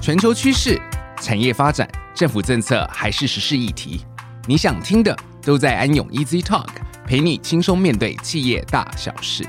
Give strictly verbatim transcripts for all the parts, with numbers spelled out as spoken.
全球趋势、产业发展、政府政策还是时事议题，你想听的都在安永 Easy Talk， 陪你轻松面对企业大小事。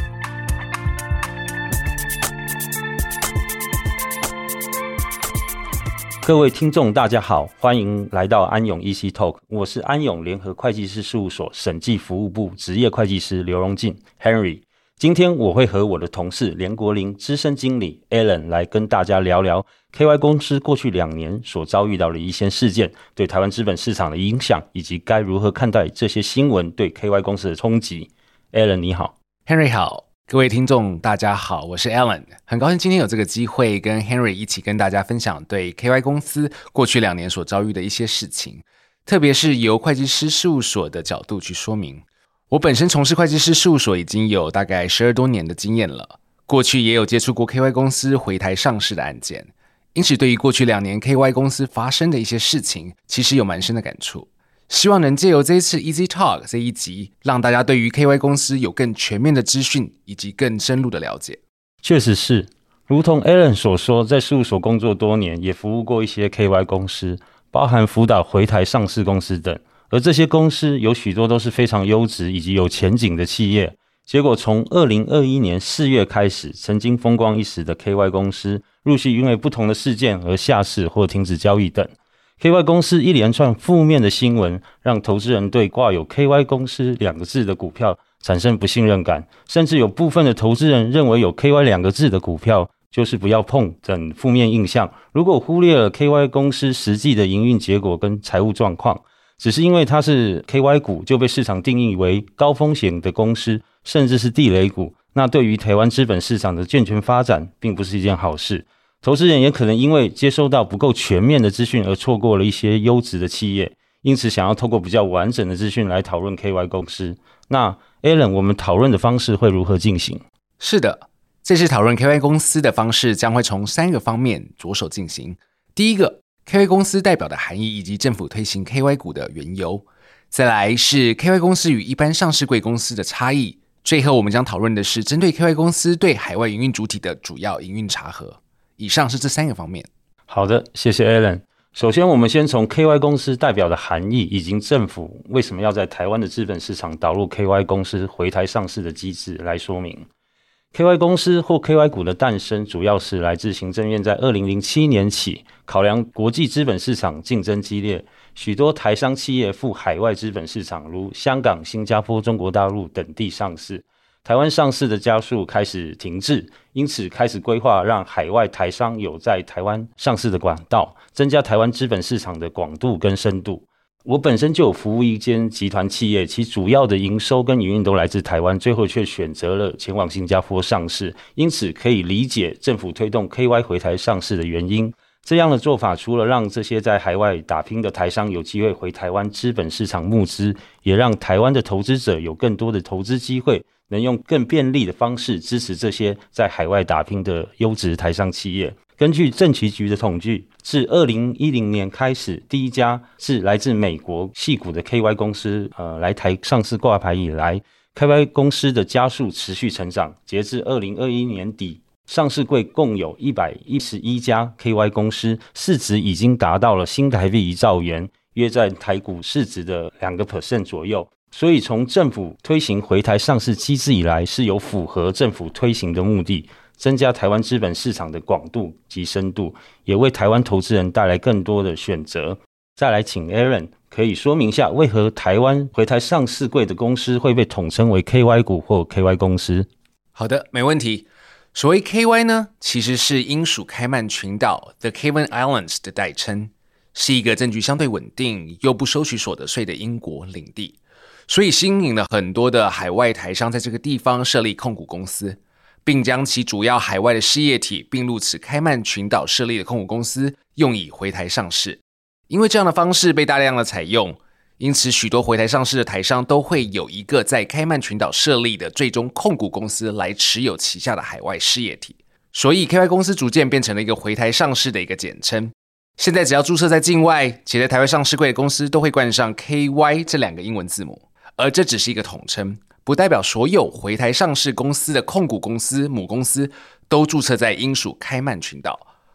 各位听众大家好，欢迎来到安永 Easy Talk， 我是安永联合会计师事务所审计服务部职业会计师刘荣进 Henry。 今天我会和我的同事连国林资深经理 Alan 来跟大家聊聊 K Y 公司过去两年所遭遇到的一些事件对台湾资本市场的影响，以及该如何看待这些新闻对 K Y 公司的冲击。 Alan 你好。 Henry 好，各位听众大家好，我是 Alan， 很高兴今天有这个机会跟 Henry 一起跟大家分享对 K Y 公司过去两年所遭遇的一些事情，特别是由会计师事务所的角度去说明。我本身从事会计师事务所已经有大概十二多年的经验了，过去也有接触过 K Y 公司回台上市的案件，因此对于过去两年 K Y 公司发生的一些事情其实有蛮深的感触，希望能借由这一次 Easy Talk 这一集，让大家对于 K Y 公司有更全面的资讯以及更深入的了解。 确实是如同 Alan 所说，在事务所工作多年，也服务过一些 K Y 公司，包含辅导回台上市公司等，而这些公司有许多都是非常优质以及有前景的企业。结果从二零二一年四月开始，曾经风光一时的 K Y 公司陆续因为不同的事件而下市或停止交易等。 K Y 公司一连串负面的新闻，让投资人对挂有 K Y 公司两个字的股票产生不信任感，甚至有部分的投资人认为有 K Y 两个字的股票就是不要碰等负面印象。如果忽略了 K Y 公司实际的营运结果跟财务状况，只是因为它是 K Y 股就被市场定义为高风险的公司，甚至是地雷股，那对于台湾资本市场的健全发展并不是一件好事。投资人也可能因为接收到不够全面的资讯而错过了一些优质的企业，因此想要透过比较完整的资讯来讨论 K Y 公司。那 Alan， 我们讨论的方式会如何进行？ 是的，这次讨论 K Y 公司的方式将会从三个方面着手进行。第一个， K Y 公司代表的含义以及政府推行 K Y 股的缘由，再来是 K Y 公司与一般上市柜公司的差异，最后我们将讨论的是针对 K Y 公司对海外营运主体的主要营运查核。以上是这三个方面。 好的，谢谢 Alan。 首先我们先从 K Y 公司代表的含义以及政府为什么要在台湾的资本市场导入 K Y 公司回台上市的机制来说明。 K Y 公司或 K Y 股的诞生主要是来自行政院在二零零七年起考量国际资本市场竞争激烈，许多台商企业赴海外资本市场如香港、新加坡、中国大陆等地上市，台湾上市的家数开始停滞，因此开始规划让海外台商有在台湾上市的管道，增加台湾资本市场的广度跟深度。我本身就有服务一间集团企业，其主要的营收跟营运都来自台湾，最后却选择了前往新加坡上市，因此可以理解政府推动 K Y 回台上市的原因。这样的做法除了让这些在海外打拼的台商有机会回台湾资本市场募资，也让台湾的投资者有更多的投资机会，能用更便利的方式支持这些在海外打拼的优质台商企业。根据政企局的统计，自二零一零年开始，第一家是来自美国矽谷的 K Y 公司呃来台上市挂牌以来， K Y 公司的家数持续成长，截至二零二一年底，上市柜共有一百一十一家 K Y 公司，市值已经达到了新台币一兆元，约在台股市值的 百分之二 左右。所以从政府推行回台上市机制以来，是有符合政府推行的目的，增加台湾资本市场的广度及深度，也为台湾投资人带来更多的选择。再来请 Aaron 可以说明一下，为何台湾回台上市柜的公司会被统称为 K Y 股或 K Y 公司？ 好的，没问题。所谓 K Y 呢，其实是英属开曼群岛 The Cayman Islands 的代称，是一个政局相对稳定又不收取所得税的英国领地，所以吸引了很多的海外台商在这个地方设立控股公司，并将其主要海外的事业体并入此开曼群岛设立的控股公司，用以回台上市。因为这样的方式被大量的采用，因此许多回台上市的台商都会有一个在开曼群岛设立的最终控股公司来持有旗下的海外事业体，所以 K Y 公司逐渐变成了一个回台上市的一个简称。现在只要注册在境外且在台湾上市柜的公司都会冠上 K Y 这两个英文字母，而这只是一个统称，不代表所有回台上市公司的控股公司母公司都注册在英属开曼群岛。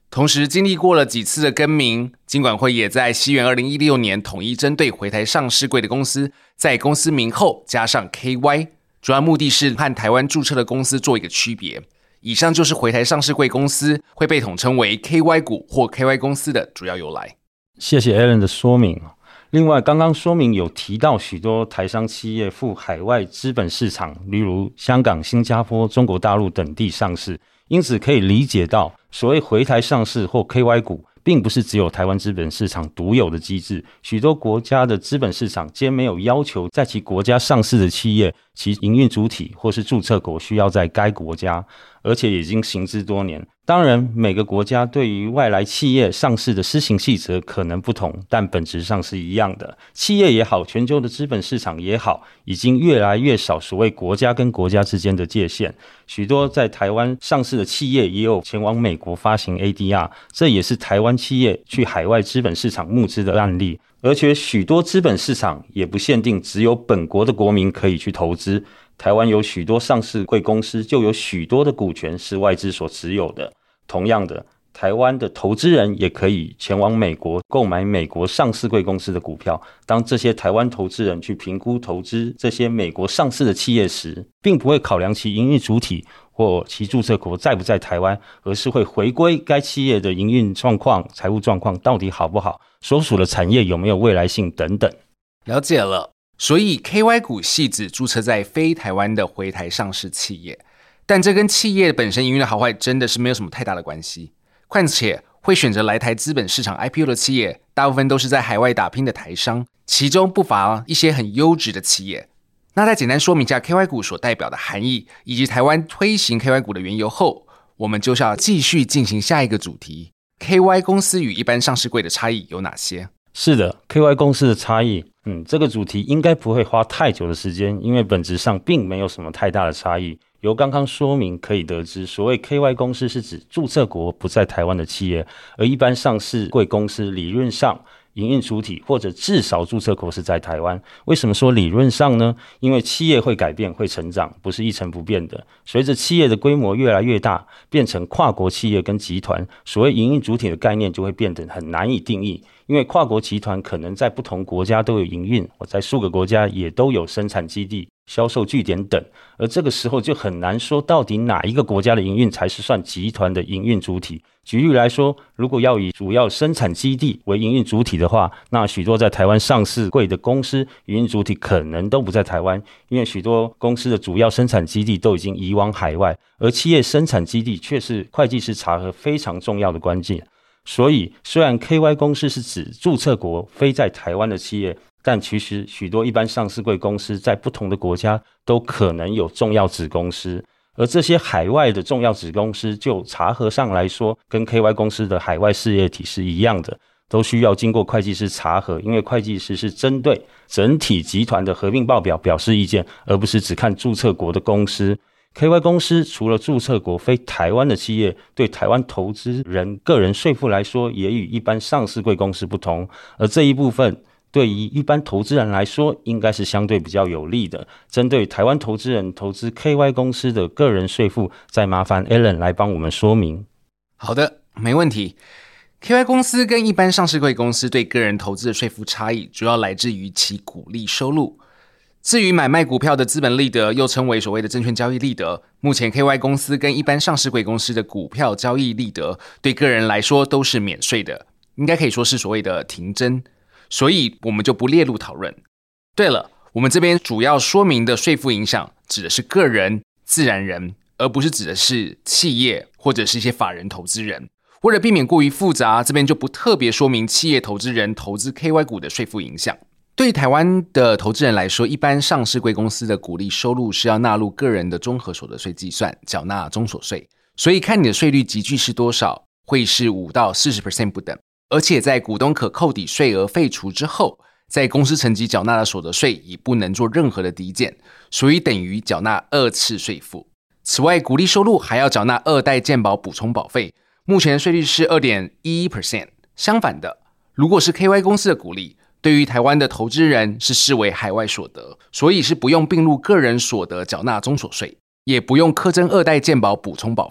同时经历过了几次的更名，金管会也在西元二零一六年统一针对回台上市柜的公司，在公司名后加上 K Y， 主要目的是和台湾注册的公司做一个区别。以上就是回台上市柜公司会被统称为 K Y 股或 K Y 公司的主要由来。 谢谢 Alan 的说明。另外，刚刚说明有提到许多台商企业赴海外资本市场，例如香港、新加坡、中国大陆等地上市，因此可以理解到，所谓回台上市或 K Y 股，并不是只有台湾资本市场独有的机制，许多国家的资本市场皆没有要求在其国家上市的企业，其营运主体或是注册国需要在该国家，而且已经行之多年。当然，每个国家对于外来企业上市的施行细则可能不同，但本质上是一样的。企业也好，全球的资本市场也好，已经越来越少所谓国家跟国家之间的界限。许多在台湾上市的企业也有前往美国发行 A D R， 这也是台湾企业去海外资本市场募资的案例。而且许多资本市场也不限定只有本国的国民可以去投资，台湾有许多上市柜公司就有许多的股权是外资所持有的。同样的，台湾的投资人也可以前往美国购买美国上市柜公司的股票。当这些台湾投资人去评估投资这些美国上市的企业时，并不会考量其营运主体或其注册国在不在台湾，而是会回归该企业的营运状况、财务状况到底好不好，所属的产业有没有未来性等等。 了解了。所以 K Y 股系指注册在非台湾的回台上市企业，但这跟企业本身营运的好坏真的是没有什么太大的关系。况且会选择来台资本市场 I P O 的企业，大部分都是在海外打拼的台商，其中不乏一些很优质的企业。那再简单说明一下 K Y 股所代表的含义，以及台湾推行 K Y 股的缘由后，我们就是要继续进行下一个主题。K Y 公司与一般上市柜的差异有哪些？ 是的 ，K Y 公司的差异，嗯，这个主题应该不会花太久的时间，因为本质上并没有什么太大的差异。由刚刚说明可以得知，所谓 K Y 公司是指注册国不在台湾的企业，而一般上市柜公司理论上营运主体或者至少注册国是在台湾。为什么说理论上呢？因为企业会改变，会成长，不是一成不变的。随着企业的规模越来越大，变成跨国企业跟集团，所谓营运主体的概念就会变得很难以定义。因为跨国集团可能在不同国家都有营运，我在数个国家也都有生产基地、销售据点等，而这个时候就很难说到底哪一个国家的营运才是算集团的营运主体。举例来说，如果要以主要生产基地为营运主体的话，那许多在台湾上市柜的公司营运主体可能都不在台湾，因为许多公司的主要生产基地都已经移往海外，而企业生产基地却是会计师查核非常重要的关键。所以虽然 K Y 公司是指注册国非在台湾的企业，但其实许多一般上市柜公司在不同的国家都可能有重要子公司，而这些海外的重要子公司就查核上来说，跟 K Y 公司的海外事业体是一样的，都需要经过会计师查核，因为会计师是针对整体集团的合并报表表示意见，而不是只看注册国的公司。K Y 公司除了注册国非台湾的企业，对台湾投资人个人税负来说也与一般上市柜公司不同，而这一部分对于一般投资人来说应该是相对比较有利的。针对台湾投资人投资 K Y 公司的个人税负，再麻烦 Alan 来帮我们说明。 好的，没问题。K Y 公司跟一般上市柜公司对个人投资的税负差异主要来自于其股利收入。至于买卖股票的资本利得，又称为所谓的证券交易利得，目前 K Y 公司跟一般上市柜公司的股票交易利得对个人来说都是免税的，应该可以说是所谓的停征，所以我们就不列入讨论。对了，我们这边主要说明的税负影响指的是个人、自然人，而不是指的是企业或者是一些法人投资人。为了避免过于复杂，这边就不特别说明企业投资人投资 K Y 股的税负影响。对于台湾的投资人来说，一般上市柜公司的股利收入是要纳入个人的综合所得税计算，缴纳综所税，所以看你的税率集聚是多少，会是百分之五到百分之四十 不等。而且在股东可扣抵税额废除之后，在公司层级缴纳的所得税已不能做任何的抵减，所以等于缴纳二次税负。此外，股利收入还要缴纳二代健保补充保费，目前的税率是 百分之二点一一。 相反的，如果是 K Y 公司的股利，对于台湾的投资人是视为海外所得，所以是不用并入个人所得缴纳综所税，也不用课征二代健保补充保费，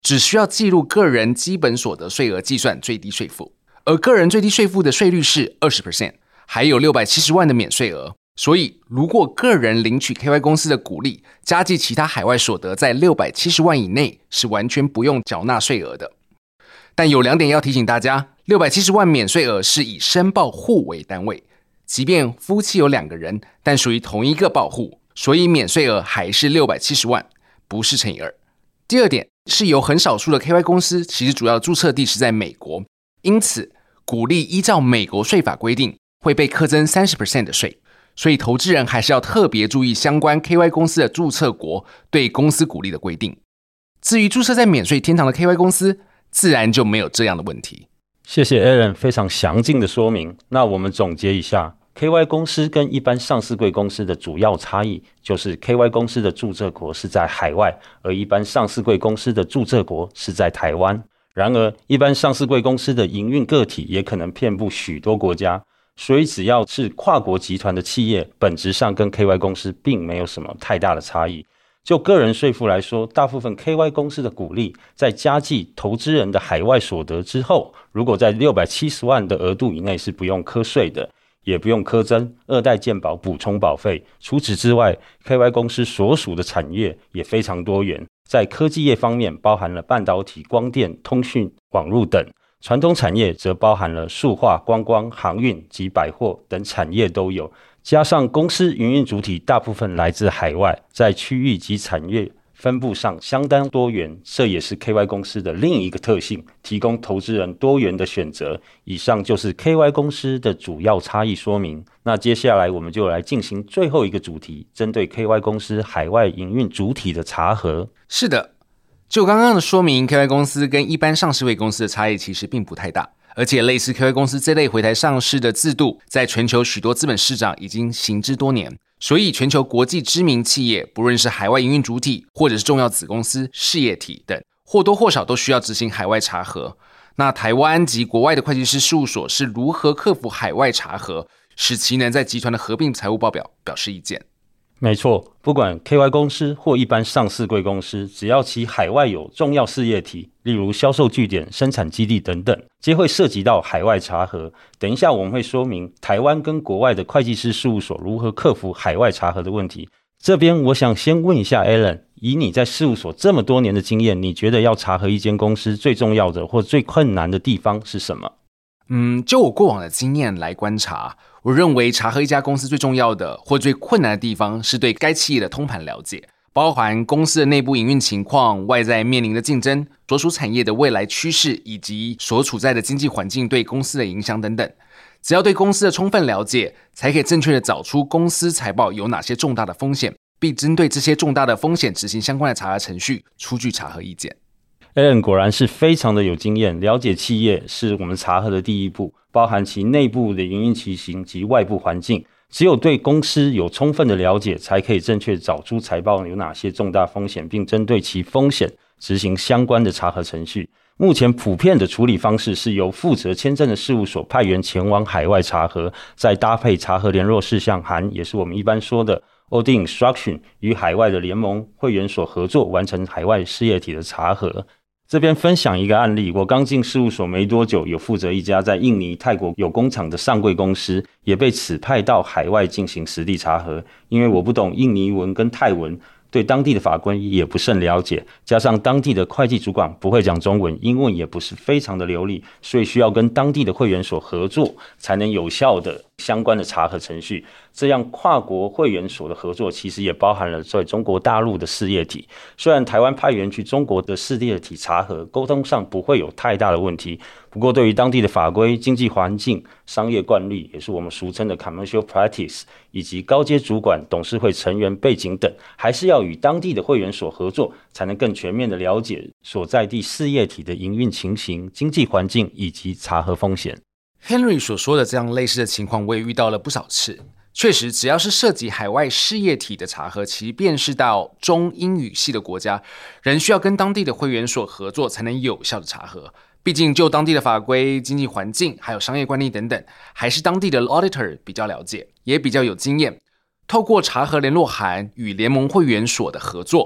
只需要记录个人基本所得税额计算最低税负，而个人最低税负的税率是 百分之二十， 还有六百七十万的免税额。所以如果个人领取 K Y 公司的股利，加计其他海外所得在六百七十万以内，是完全不用缴纳税额的。但有两点要提醒大家，六百七十万免税额是以申报户为单位，即便夫妻有两个人，但属于同一个报户，所以免税额还是六百七十万，不是乘以二。第二点是有很少数的 K Y 公司其实主要注册地是在美国，因此股利依照美国税法规定会被课征 百分之三十 的税，所以投资人还是要特别注意相关 K Y 公司的注册国对公司股利的规定。至于注册在免税天堂的 K Y 公司，自然就没有这样的问题。 谢谢 Alan 非常详尽的说明。那我们总结一下， K Y 公司跟一般上市柜公司的主要差异就是 K Y 公司的注册国是在海外，而一般上市柜公司的注册国是在台湾。然而一般上市柜公司的营运个体也可能遍布许多国家，所以只要是跨国集团的企业，本质上跟 K Y 公司并没有什么太大的差异。就个人税负来说，大部分 K Y 公司的股利在加计投资人的海外所得之后，如果在六百七十万的额度以内是不用课税的，也不用课征二代健保补充保费。除此之外， K Y 公司所属的产业也非常多元，在科技业方面包含了半导体、光电、通讯、网络等，传统产业则包含了塑化、观光、航运及百货等产业都有。加上公司营运主体大部分来自海外，在区域及产业分布上相当多元，这也是 K Y 公司的另一个特性，提供投资人多元的选择。以上就是 K Y 公司的主要差异说明。那接下来我们就来进行最后一个主题，针对 K Y 公司海外营运主体的查核。 是的，就刚刚的说明， K Y 公司跟一般上市柜公司的差异其实并不太大，而且类似 K Y 公司这类回台上市的制度，在全球许多资本市场已经行之多年，所以全球国际知名企业，不论是海外营运主体或者是重要子公司、事业体等，或多或少都需要执行海外查核。那台湾及国外的会计师事务所是如何克服海外查核，使其能在集团的合并财务报表表示意见？ 没错，不管 K Y 公司或一般上市柜公司，只要其海外有重要事业体，例如销售据点、生产基地等等，皆会涉及到海外查核。等一下我们会说明台湾跟国外的会计师事务所如何克服海外查核的问题。这边我想先问一下 Alan， 以你在事务所这么多年的经验，你觉得要查核一间公司最重要的或最困难的地方是什么？ 嗯，就我过往的经验来观察，我认为查核一家公司最重要的或最困难的地方是对该企业的通盘了解，包含公司的内部营运情况、外在面临的竞争、所属产业的未来趋势，以及所处在的经济环境对公司的影响等等。只要对公司的充分了解，才可以正确的找出公司财报有哪些重大的风险，并针对这些重大的风险执行相关的查核程序，出具查核意见。 Alan 果然是非常的有经验，了解企业是我们查核的第一步，包含其内部的营运情形及外部环境。只有对公司有充分的了解，才可以正确找出财报有哪些重大风险，并针对其风险执行相关的查核程序。目前普遍的处理方式是由负责签证的事务所派员前往海外查核，再搭配查核联络事项函，也是我们一般说的 Audit Instruction， 与海外的联盟会员所合作，完成海外事业体的查核。这边分享一个案例，我刚进事务所没多久，有负责一家在印尼、泰国有工厂的上柜公司，也被指派到海外进行实地查核。因为我不懂印尼文跟泰文，对当地的法规也不甚了解，加上当地的会计主管不会讲中文，英文也不是非常的流利，所以需要跟当地的会员所合作，才能有效的相关的查核程序。这样跨国会员所的合作其实也包含了在中国大陆的事业体，虽然台湾派员去中国的事业体查核，沟通上不会有太大的问题，不过对于当地的法规、经济环境、商业惯例，也是我们俗称的 commercial practice， 以及高阶主管、董事会成员背景等，还是要与当地的会员所合作，才能更全面的了解所在地事业体的营运情形、经济环境以及查核风险。 Henry 所说的这样类似的情况，我也遇到了不少次。确实，只要是涉及海外事业体的查核，其便是到中英语系的国家，仍需要跟当地的会员所合作，才能有效的查核。毕竟就当地的法规、经济环境还有商业惯例等等，还是当地的 auditor 比较了解，也比较有经验。透过查核联络函与联盟会员所的合作，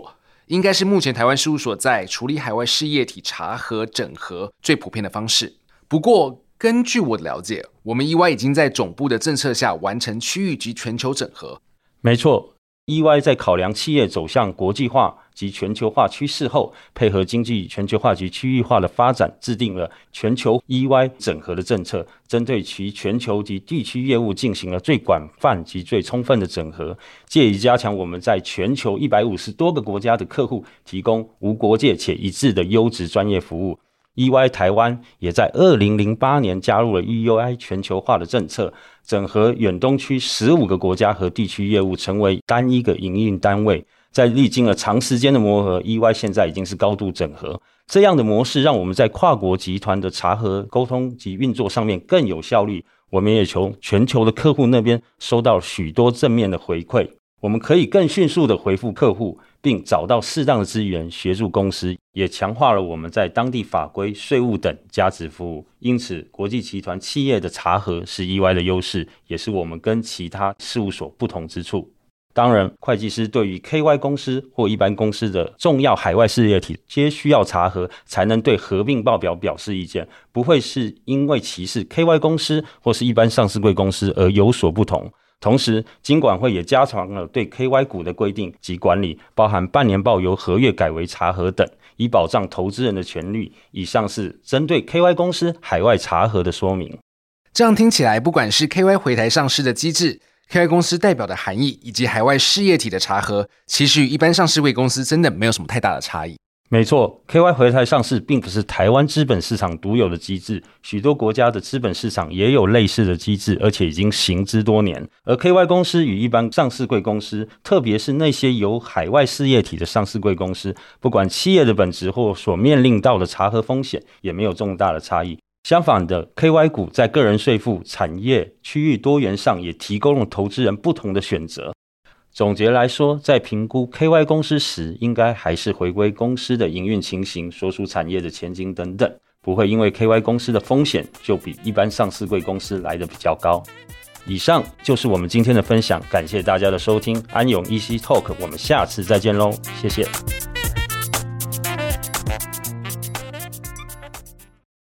应该是目前台湾事务所在处理海外事业体查核整合最普遍的方式。不过根据我的了解，我们 E Y 已经在总部的政策下完成区域及全球整合。 没错， E Y 在考量企业走向国际化及全球化趋势后，配合经济全球化及区域化的发展，制定了全球 E Y 整合的政策，针对其全球及地区业务进行了最广泛及最充分的整合，借以加强我们在全球一百五十多个国家的客户提供无国界且一致的优质专业服务。E Y 台湾也在二零零八年加入了 E U I 全球化的政策，整合远东区十五个国家和地区业务成为单一个营运单位。在历经了长时间的磨合， E Y 现在已经是高度整合。这样的模式让我们在跨国集团的查核、沟通及运作上面更有效率。我们也从全球的客户那边收到许多正面的回馈，我们可以更迅速的回复客户，并找到适当的资源协助公司，也强化了我们在当地法规、税务等价值服务。因此，国际集团企业的查核是 E Y 的优势，也是我们跟其他事务所不同之处。当然，会计师对于 K Y 公司或一般公司的重要海外事业体皆需要查核，才能对合并报表表示意见，不会是因为歧视 K Y 公司或是一般上市柜公司而有所不同。同时，金管会也加强了对 K Y 股的规定及管理，包含半年报由合约改为查核等，以保障投资人的权利。以上是针对 K Y 公司海外查核的说明。 这样听起来，不管是 K Y 回台上市的机制、K Y 公司代表的含义，以及海外事业体的查核，其实与一般上市柜公司真的没有什么太大的差异。 没错， K Y 回台上市并不是台湾资本市场独有的机制，许多国家的资本市场也有类似的机制，而且已经行之多年。而 K Y 公司与一般上市柜公司，特别是那些有海外事业体的上市柜公司，不管企业的本质或所面临到的查核风险，也没有重大的差异。相反的， K Y 股在个人税负、产业、区域多元上也提供了投资人不同的选择。总结来说，在评估 K Y 公司时，应该还是回归公司的营运情形、所属产业的前景等等，不会因为 K Y 公司的风险就比一般上市柜公司来得比较高。以上就是我们今天的分享，感谢大家的收听，安永 E C Talk， 我们下次再见喽，谢谢。